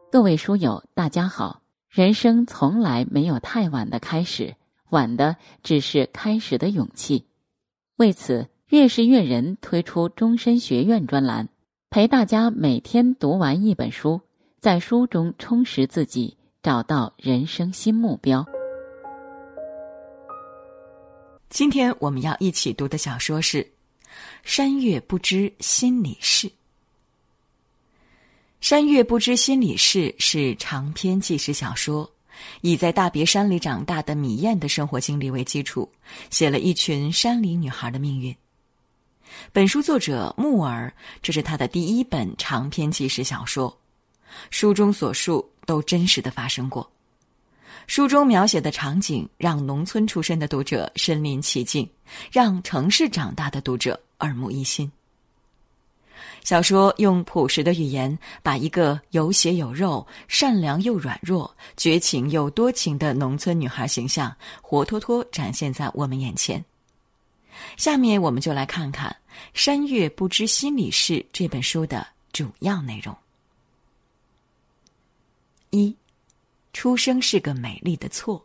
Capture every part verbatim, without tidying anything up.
各位书友，大家好。人生从来没有太晚的开始，晚的只是开始的勇气。为此，越是阅人推出终身学院专栏，陪大家每天读完一本书，在书中充实自己，找到人生新目标。 今天我们要一起读的小说是《山月不知心里事》。山月不知心里事是长篇纪实小说，以在大别山里长大的米燕的生活经历为基础，写了一群山里女孩的命运。本书作者木儿，这是他的第一本长篇纪实小说，书中所述都真实的发生过。书中描写的场景让农村出身的读者身临其境，让城市长大的读者耳目一新。小说用朴实的语言，把一个有血有肉、善良又软弱、绝情又多情的农村女孩形象活脱脱展现在我们眼前。下面我们就来看看《山月不知心里事》这本书的主要内容。一，出生是个美丽的错。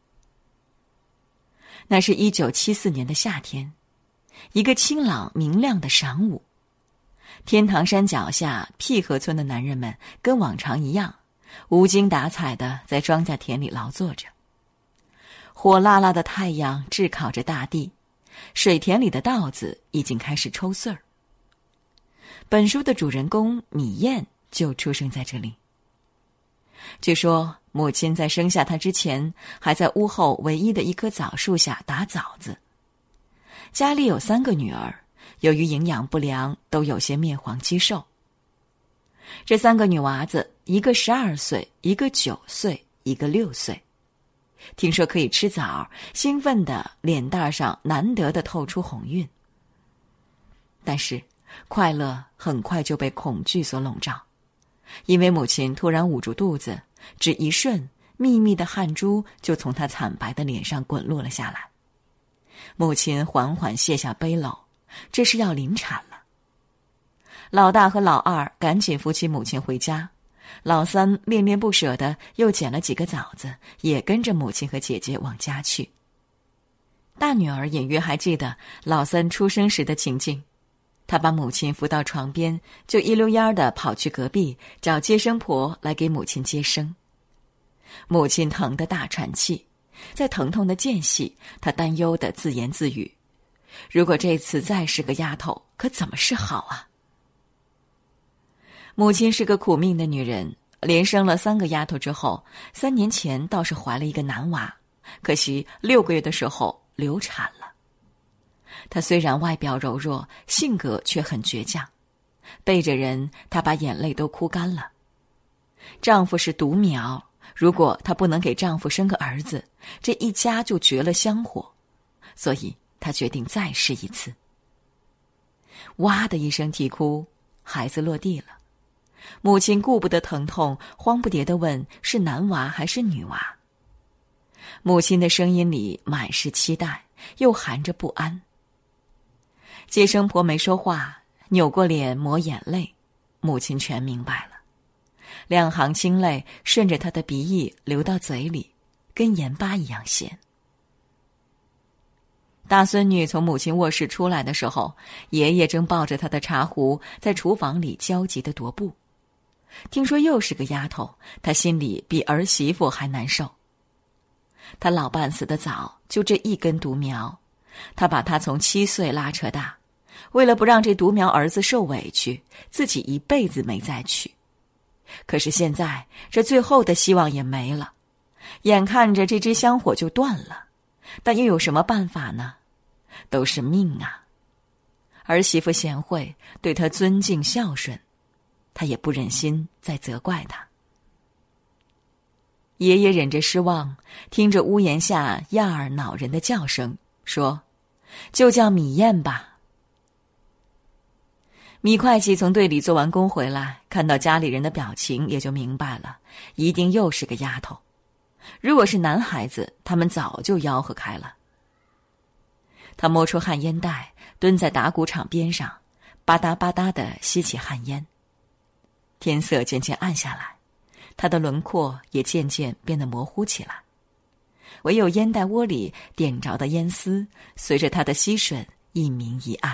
那是一九七四年的夏天，一个清朗明亮的晌午，天堂山脚下僻河村的男人们跟往常一样，无精打采地在庄稼田里劳作着。火辣辣的太阳炙烤着大地，水田里的稻子已经开始抽穗儿。本书的主人公米燕就出生在这里。据说母亲在生下她之前，还在屋后唯一的一棵枣树下打枣子。家里有三个女儿，由于营养不良，都有些面黄肌瘦。这三个女娃子，一个十二岁，一个九岁，一个六岁。听说可以吃枣，兴奋的脸蛋上难得的透出红晕。但是，快乐很快就被恐惧所笼罩，因为母亲突然捂住肚子，只一瞬，密密的汗珠就从她惨白的脸上滚落了下来。母亲缓缓卸下背篓，这是要临产了。老大和老二赶紧扶起母亲回家，老三恋恋不舍地又捡了几个枣子，也跟着母亲和姐姐往家去。大女儿隐约还记得老三出生时的情景，她把母亲扶到床边，就一溜烟地跑去隔壁找接生婆来给母亲接生。母亲疼得大喘气，在疼痛的间隙，她担忧地自言自语，如果这次再是个丫头，可怎么是好啊？母亲是个苦命的女人，连生了三个丫头之后，三年前倒是怀了一个男娃，可惜六个月的时候流产了。她虽然外表柔弱，性格却很倔强，背着人，她把眼泪都哭干了。丈夫是独苗，如果她不能给丈夫生个儿子，这一家就绝了香火，所以她决定再试一次。哇的一声啼哭，孩子落地了。母亲顾不得疼痛，慌不迭地问是男娃还是女娃。母亲的声音里满是期待，又含着不安。接生婆没说话，扭过脸抹眼泪，母亲全明白了。两行清泪顺着她的鼻翼流到嘴里，跟盐巴一样咸。大孙女从母亲卧室出来的时候，爷爷正抱着她的茶壶在厨房里焦急地踱步。听说又是个丫头，他心里比儿媳妇还难受。他老伴死得早，就这一根独苗，他把他从七岁拉扯大，为了不让这独苗儿子受委屈，自己一辈子没再娶。可是现在这最后的希望也没了，眼看着这支香火就断了，但又有什么办法呢？都是命啊。儿媳妇贤惠，对他尊敬孝顺，他也不忍心再责怪他。爷爷忍着失望，听着屋檐下亚儿恼人的叫声，说：“就叫米燕吧。”米会计从队里做完工回来，看到家里人的表情，也就明白了，一定又是个丫头。如果是男孩子，他们早就吆喝开了。他摸出旱烟袋，蹲在打谷场边上，吧嗒吧嗒地吸起旱烟。天色渐渐暗下来， 他的轮廓也渐渐变得模糊起来，唯有烟袋窝里点着的烟丝随着他的吸吮一明一暗。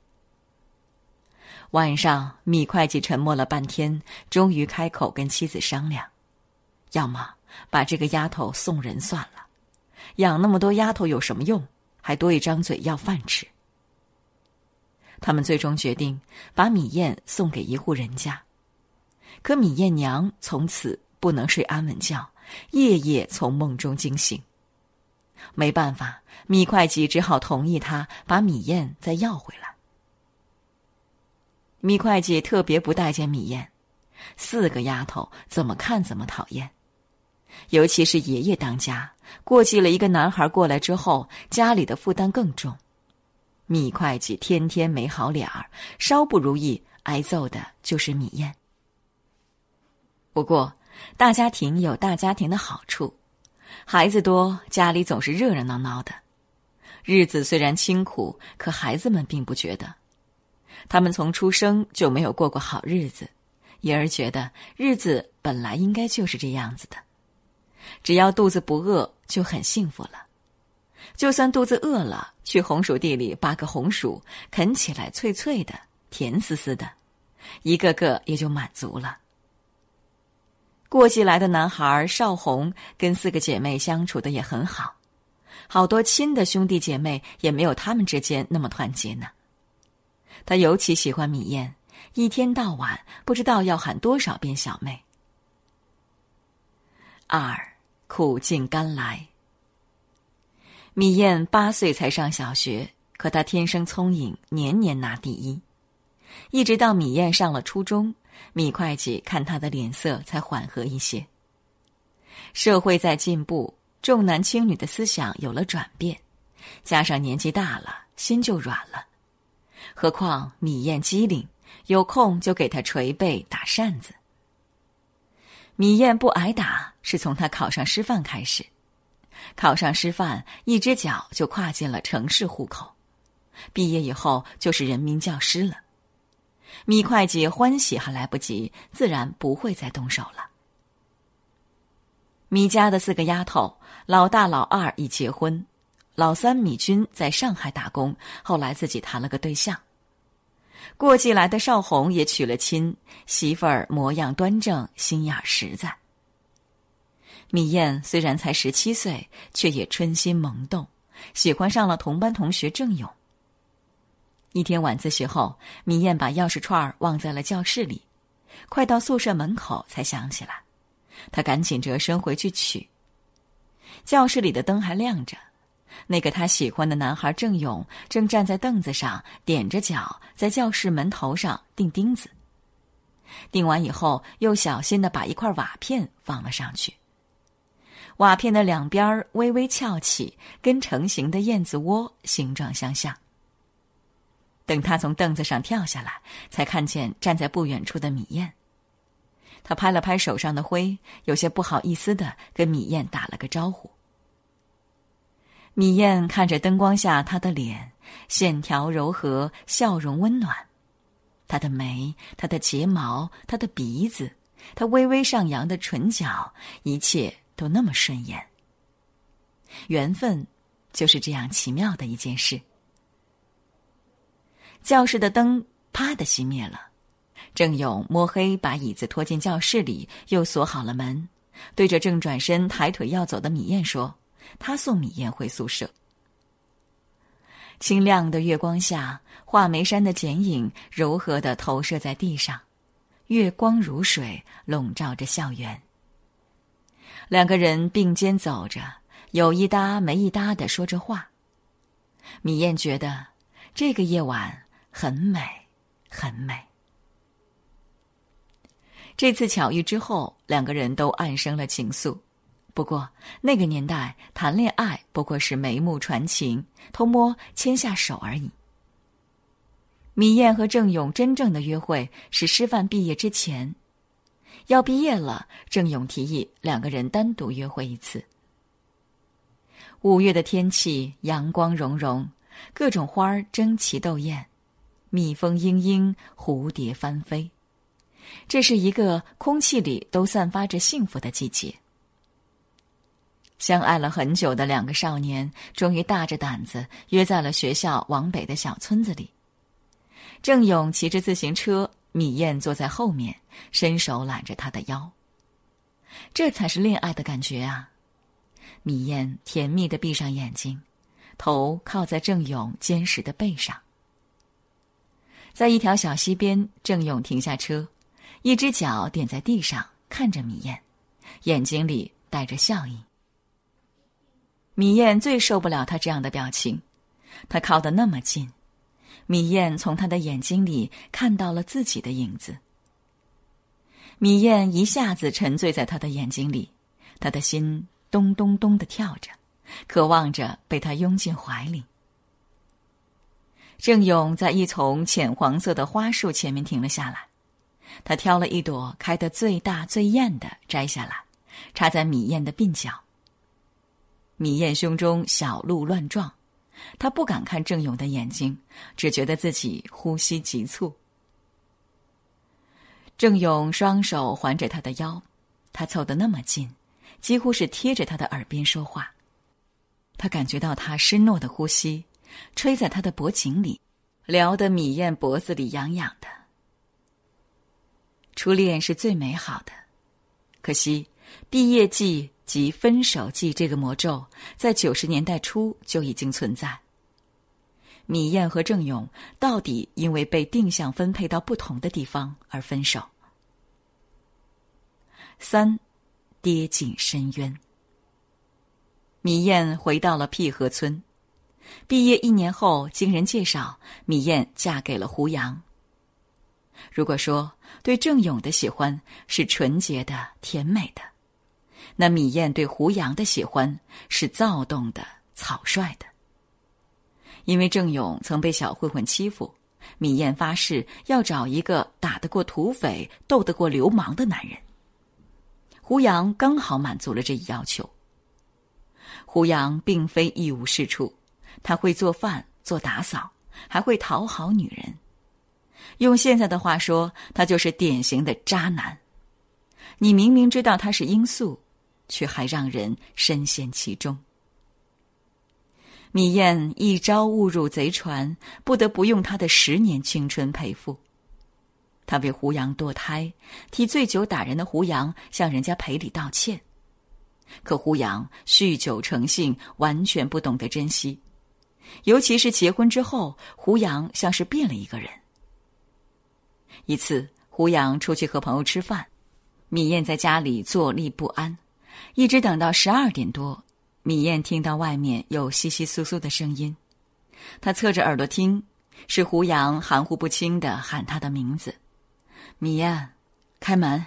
晚上，米会计沉默了半天，终于开口跟妻子商量，要么把这个丫头送人算了，养那么多丫头有什么用，还多一张嘴要饭吃。他们最终决定把米燕送给一户人家，可米燕娘从此不能睡安稳觉，夜夜从梦中惊醒。没办法，米会计只好同意他把米燕再要回来。米会计特别不待见米燕，四个丫头怎么看怎么讨厌，尤其是爷爷当家，过继了一个男孩过来之后，家里的负担更重。米会计天天没好脸儿，稍不如意挨揍的就是米燕。不过大家庭有大家庭的好处，孩子多，家里总是热热闹闹的。日子虽然清苦，可孩子们并不觉得，他们从出生就没有过过好日子，因而觉得日子本来应该就是这样子的，只要肚子不饿就很幸福了。就算肚子饿了，去红薯地里扒个红薯，啃起来脆脆的，甜丝丝的，一个个也就满足了。过继来的男孩少红跟四个姐妹相处的也很好，好多亲的兄弟姐妹也没有他们之间那么团结呢。他尤其喜欢米燕，一天到晚不知道要喊多少遍小妹。二，苦尽甘来。米燕八岁才上小学，可她天生聪颖，年年拿第一。一直到米燕上了初中，米会计看她的脸色才缓和一些。社会在进步，重男轻女的思想有了转变，加上年纪大了，心就软了。何况米燕机灵，有空就给她捶背打扇子。米燕不挨打是从她考上师范开始，考上师范，一只脚就跨进了城市户口，毕业以后就是人民教师了。米会计欢喜还来不及，自然不会再动手了。米家的四个丫头，老大老二已结婚，老三米君在上海打工，后来自己谈了个对象。过继来的少红也娶了亲，媳妇儿模样端正，心眼实在。米燕虽然才十七岁，却也春心萌动，喜欢上了同班同学郑勇。一天晚自习后，米燕把钥匙串忘在了教室里，快到宿舍门口才想起来，她赶紧折身回去取。教室里的灯还亮着，那个她喜欢的男孩郑勇正站在凳子上，踮着脚在教室门头上钉钉子。钉完以后，又小心地把一块瓦片放了上去。瓦片的两边微微翘起，跟成型的燕子窝形状相像。等他从凳子上跳下来，才看见站在不远处的米燕。他拍了拍手上的灰，有些不好意思地跟米燕打了个招呼。米燕看着灯光下他的脸，线条柔和，笑容温暖。他的眉，他的睫毛，他的鼻子，他微微上扬的唇角，一切都那么顺眼。缘分就是这样奇妙的一件事。教室的灯啪地熄灭了，郑勇摸黑把椅子拖进教室里，又锁好了门，对着正转身抬腿要走的米燕说，他送米燕回宿舍。清亮的月光下，画眉山的剪影柔和地投射在地上，月光如水，笼罩着校园。两个人并肩走着，有一搭没一搭地说着话。米燕觉得这个夜晚很美，很美。这次巧遇之后，两个人都暗生了情愫。不过那个年代谈恋爱不过是眉目传情，偷摸牵下手而已。米燕和郑勇真正的约会是师范毕业之前，要毕业了，郑勇提议两个人单独约会一次。五月的天气阳光融融，各种花儿争奇斗艳，蜜蜂嘤嘤，蝴蝶翻飞。 这是一个空气里都散发着幸福的季节。相爱了很久的两个少年，终于大着胆子约在了学校往北的小村子里。郑勇骑着自行车，米燕坐在后面，伸手揽着他的腰。这才是恋爱的感觉啊！米燕甜蜜地闭上眼睛，头靠在郑勇坚实的背上。在一条小溪边，郑勇停下车，一只脚点在地上，看着米燕，眼睛里带着笑意。米燕最受不了他这样的表情，他靠得那么近，米燕从他的眼睛里看到了自己的影子。米燕一下子沉醉在他的眼睛里，他的心咚咚咚地跳着，渴望着被他拥进怀里。郑勇在一丛浅黄色的花树前面停了下来，他挑了一朵开得最大最艳的摘下来，插在米燕的鬓角。米燕胸中小鹿乱撞，她不敢看郑勇的眼睛，只觉得自己呼吸急促。郑勇双手环着她的腰，他凑得那么近，几乎是贴着她的耳边说话。他感觉到她湿糯的呼吸吹在他的脖颈里，撩得米燕脖子里痒痒的。初恋是最美好的，可惜毕业季及分手季这个魔咒在九十年代初就已经存在。米燕和郑勇到底因为被定向分配到不同的地方而分手。三，跌进深渊。米燕回到了碧河村，毕业一年后，经人介绍，米燕嫁给了胡杨。如果说对郑勇的喜欢是纯洁的、甜美的，那米燕对胡杨的喜欢是躁动的、草率的。因为郑勇曾被小混混欺负，米燕发誓要找一个打得过土匪、斗得过流氓的男人。胡杨刚好满足了这一要求。胡杨并非一无是处，他会做饭、做打扫，还会讨好女人。用现在的话说，他就是典型的渣男。你明明知道他是罂粟，却还让人深陷其中。米燕一朝误入贼船，不得不用她的十年青春赔付。她为胡杨堕胎，替醉酒打人的胡杨向人家赔礼道歉。可胡杨酗酒成性，完全不懂得珍惜。尤其是结婚之后，胡杨像是变了一个人。一次，胡杨出去和朋友吃饭，米燕在家里坐立不安，一直等到十二点多，米燕听到外面有窸窸窣窣的声音。她侧着耳朵听，是胡杨含糊不清地喊她的名字：米燕，开门。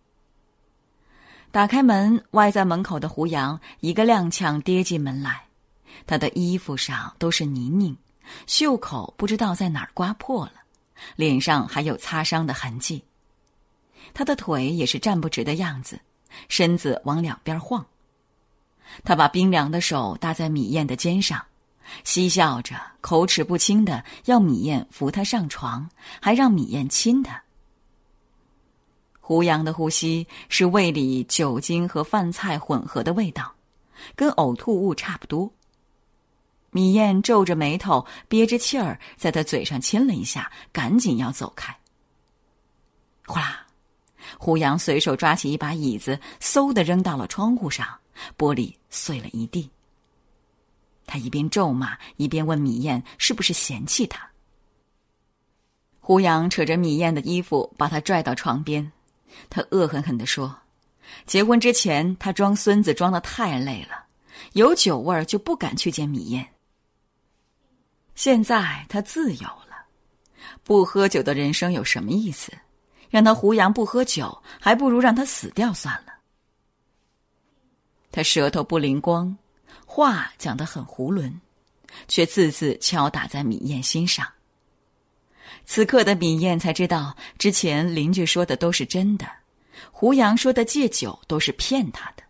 打开门，歪在门口的胡杨一个踉跄跌进门来，他的衣服上都是泥泞，袖口不知道在哪儿刮破了，脸上还有擦伤的痕迹。他的腿也是站不直的样子，身子往两边晃。他把冰凉的手搭在米燕的肩上，嬉笑着，口齿不清的要米燕扶他上床，还让米燕亲他。胡杨的呼吸是胃里酒精和饭菜混合的味道，跟呕吐物差不多。米燕皱着眉头，憋着气儿，在他嘴上亲了一下，赶紧要走开。哗啦，胡杨随手抓起一把椅子，嗖地扔到了窗户上，玻璃碎了一地。他一边咒骂，一边问米燕是不是嫌弃他。胡杨扯着米燕的衣服，把她拽到床边。他恶狠狠地说，结婚之前他装孙子装得太累了，有酒味儿就不敢去见米燕。现在他自由了，不喝酒的人生有什么意思？让他胡杨不喝酒，还不如让他死掉算了。他舌头不灵光，话讲得很囫囵，却字字敲打在米燕心上。此刻的米燕才知道，之前邻居说的都是真的，胡杨说的戒酒都是骗他的。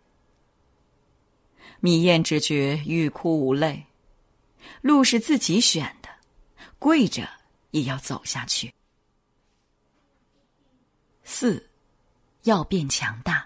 米燕只觉欲哭无泪，路是自己选的，跪着也要走下去。四四，要变强大。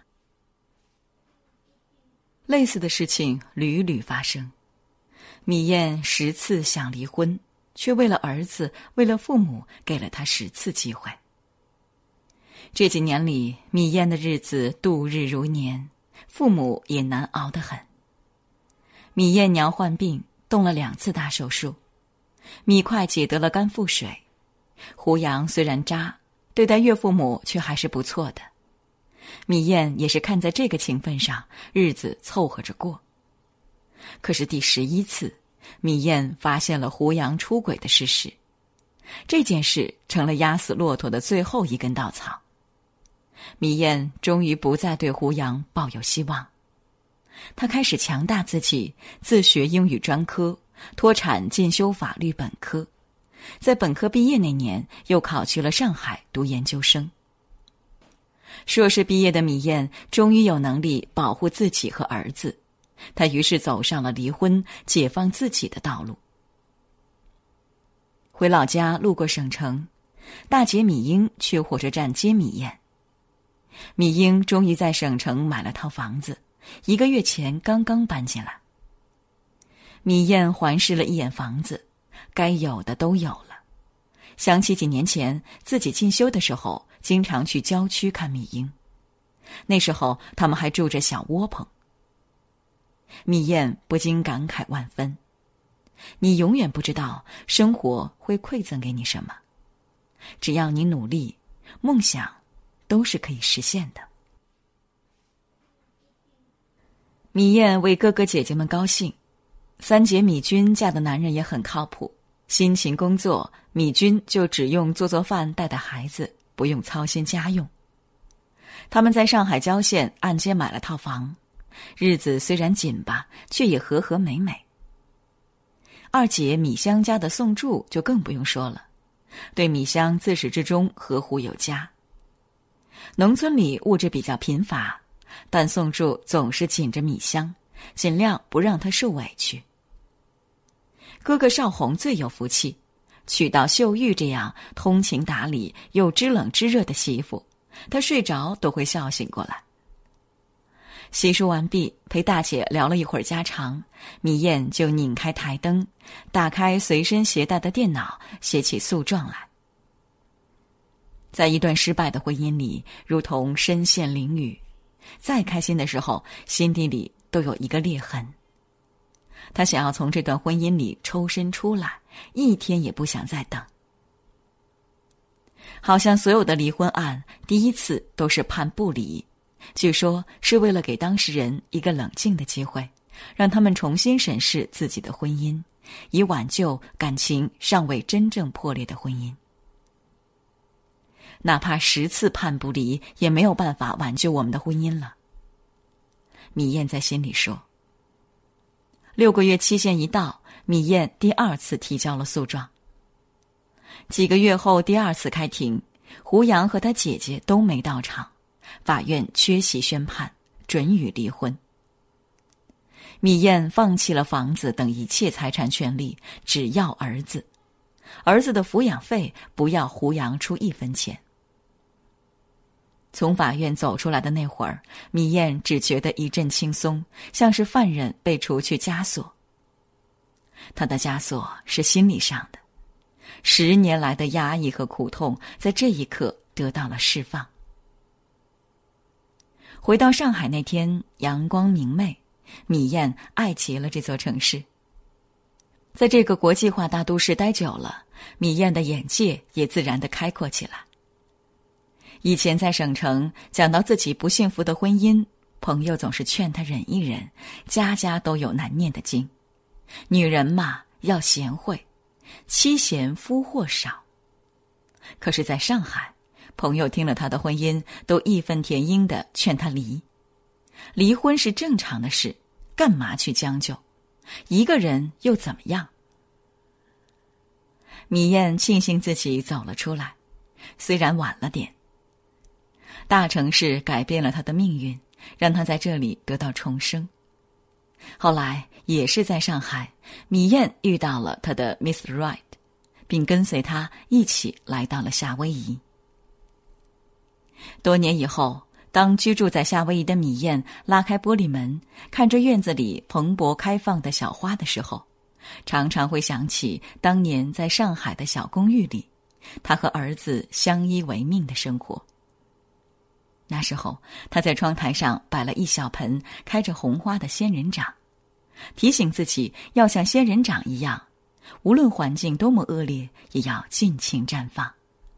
类似的事情屡屡发生，米燕十次想离婚，却为了儿子，为了父母，给了他十次机会。这几年里，米燕的日子度日如年，父母也难熬得很。米燕娘患病，动了两次大手术，米快姐得了肝腹水，胡杨虽然渣，对待岳父母却还是不错的。米燕也是看在这个情分上，日子凑合着过。可是第十一次，米燕发现了胡杨出轨的事实，这件事成了压死骆驼的最后一根稻草。米燕终于不再对胡杨抱有希望，她开始强大自己，自学英语专科，脱产进修法律本科，在本科毕业那年又考去了上海读研究生。硕士毕业的米燕终于有能力保护自己和儿子，她于是走上了离婚解放自己的道路。回老家路过省城，大姐米英去火车站接米燕。米英终于在省城买了套房子，一个月前刚刚搬进来。米燕环视了一眼房子，该有的都有了。想起几年前自己进修的时候，经常去郊区看米英，那时候他们还住着小窝棚。米燕不禁感慨万分，你永远不知道生活会馈赠给你什么，只要你努力，梦想都是可以实现的。米燕为哥哥姐姐们高兴，三姐米君嫁的男人也很靠谱，辛勤工作，米君就只用做做饭带带孩子，不用操心家用。他们在上海郊县按揭买了套房，日子虽然紧巴，却也和和美美。二姐米香家的宋柱就更不用说了，对米香自始至终呵护有加。农村里物质比较贫乏，但宋柱总是紧着米香，尽量不让她受委屈。哥哥邵红最有福气，娶到秀玉这样通情达理又知冷知热的媳妇，他睡着都会笑醒过来。洗漱完毕，陪大姐聊了一会儿家常，米燕就拧开台灯，打开随身携带的电脑，写起诉状来。在一段失败的婚姻里，如同身陷囹圄，再开心的时候，心底里都有一个裂痕。她想要从这段婚姻里抽身出来，一天也不想再等。好像所有的离婚案，第一次都是判不离，据说是为了给当事人一个冷静的机会，让他们重新审视自己的婚姻，以挽救感情尚未真正破裂的婚姻。哪怕十次判不离，也没有办法挽救我们的婚姻了。米燕在心里说。六个月期限一到，米燕第二次提交了诉状。几个月后第二次开庭，胡杨和他姐姐都没到场，法院缺席宣判，准予离婚。米燕放弃了房子等一切财产权利，只要儿子，儿子的抚养费不要胡杨出一分钱。从法院走出来的那会儿，米燕只觉得一阵轻松，像是犯人被除去枷锁。他的枷锁是心理上的，十年来的压抑和苦痛在这一刻得到了释放。回到上海那天，阳光明媚，米燕爱极了这座城市。在这个国际化大都市待久了，米燕的眼界也自然地开阔起来。以前在省城讲到自己不幸福的婚姻，朋友总是劝她忍一忍，家家都有难念的经。女人嘛，要贤惠，妻贤夫祸少。可是在上海，朋友听了她的婚姻，都义愤填膺地劝她离。离婚是正常的事，干嘛去将就？一个人又怎么样？米燕庆幸自己走了出来，虽然晚了点。大城市改变了她的命运，让她在这里得到重生。后来也是在上海，米燕遇到了她的 Miss Right， 并跟随她一起来到了夏威夷。 多年以后，当居住在夏威夷的米燕拉开玻璃门，看着院子里蓬勃开放的小花的时候，常常会想起当年在上海的小公寓里，她和儿子相依为命的生活。那时候，她在窗台上摆了一小盆开着红花的仙人掌，提醒自己要像仙人掌一样，无论环境多么恶劣，也要尽情绽放。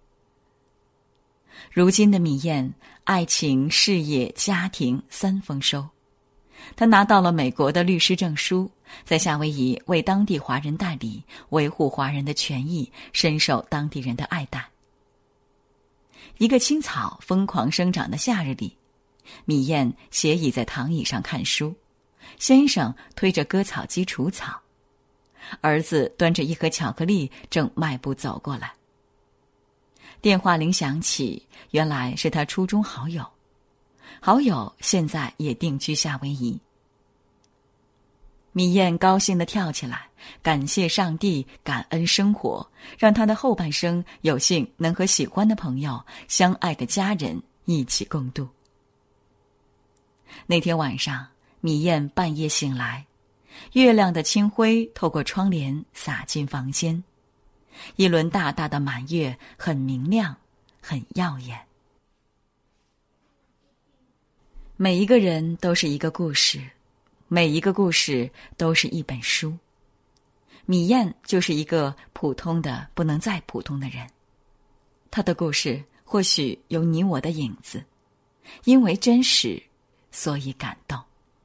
如今的米燕，爱情、事业、家庭三丰收。她拿到了美国的律师证书，在夏威夷为当地华人代理，维护华人的权益，深受当地人的爱戴。一个青草疯狂生长的夏日里，米燕斜倚在躺椅上看书，先生推着割草机除草，儿子端着一盒巧克力正迈步走过来。电话铃响起，原来是他初中好友，好友现在也定居夏威夷。米燕高兴地跳起来，感谢上帝，感恩生活，让她的后半生有幸能和喜欢的朋友、相爱的家人一起共度。那天晚上，米燕半夜醒来，月亮的清辉透过窗帘洒进房间，一轮大大的满月，很明亮，很耀眼。每一个人都是一个故事，每一个故事都是一本书。米燕就是一个普通的不能再普通的人，她的故事或许有你我的影子，因为真实，所以感动。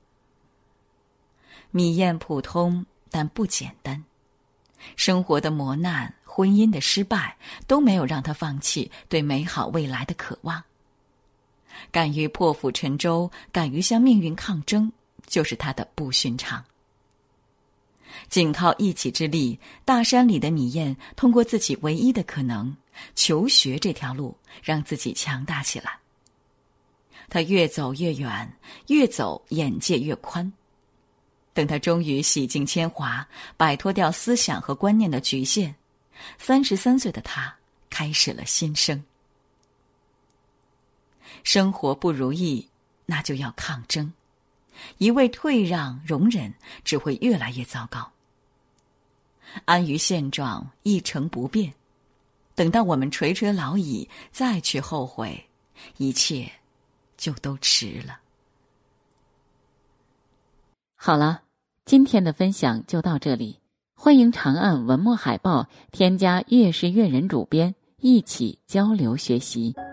米燕普通，但不简单。生活的磨难，婚姻的失败，都没有让她放弃对美好未来的渴望。敢于破釜沉舟，敢于向命运抗争，就是她的不寻常。仅靠一己之力，大山里的米燕通过自己唯一的可能，求学这条路，让自己强大起来。她越走越远，越走眼界越宽。等她终于洗尽铅华，摆脱掉思想和观念的局限，三十三岁的她开始了新生。生活不如意，那就要抗争。一味退让、容忍，只会越来越糟糕。安于现状，一成不变，等到我们垂垂老矣，再去后悔，一切就都迟了。 好了，今天的分享就到这里。欢迎长按文末海报添加月是月人主编，一起交流学习。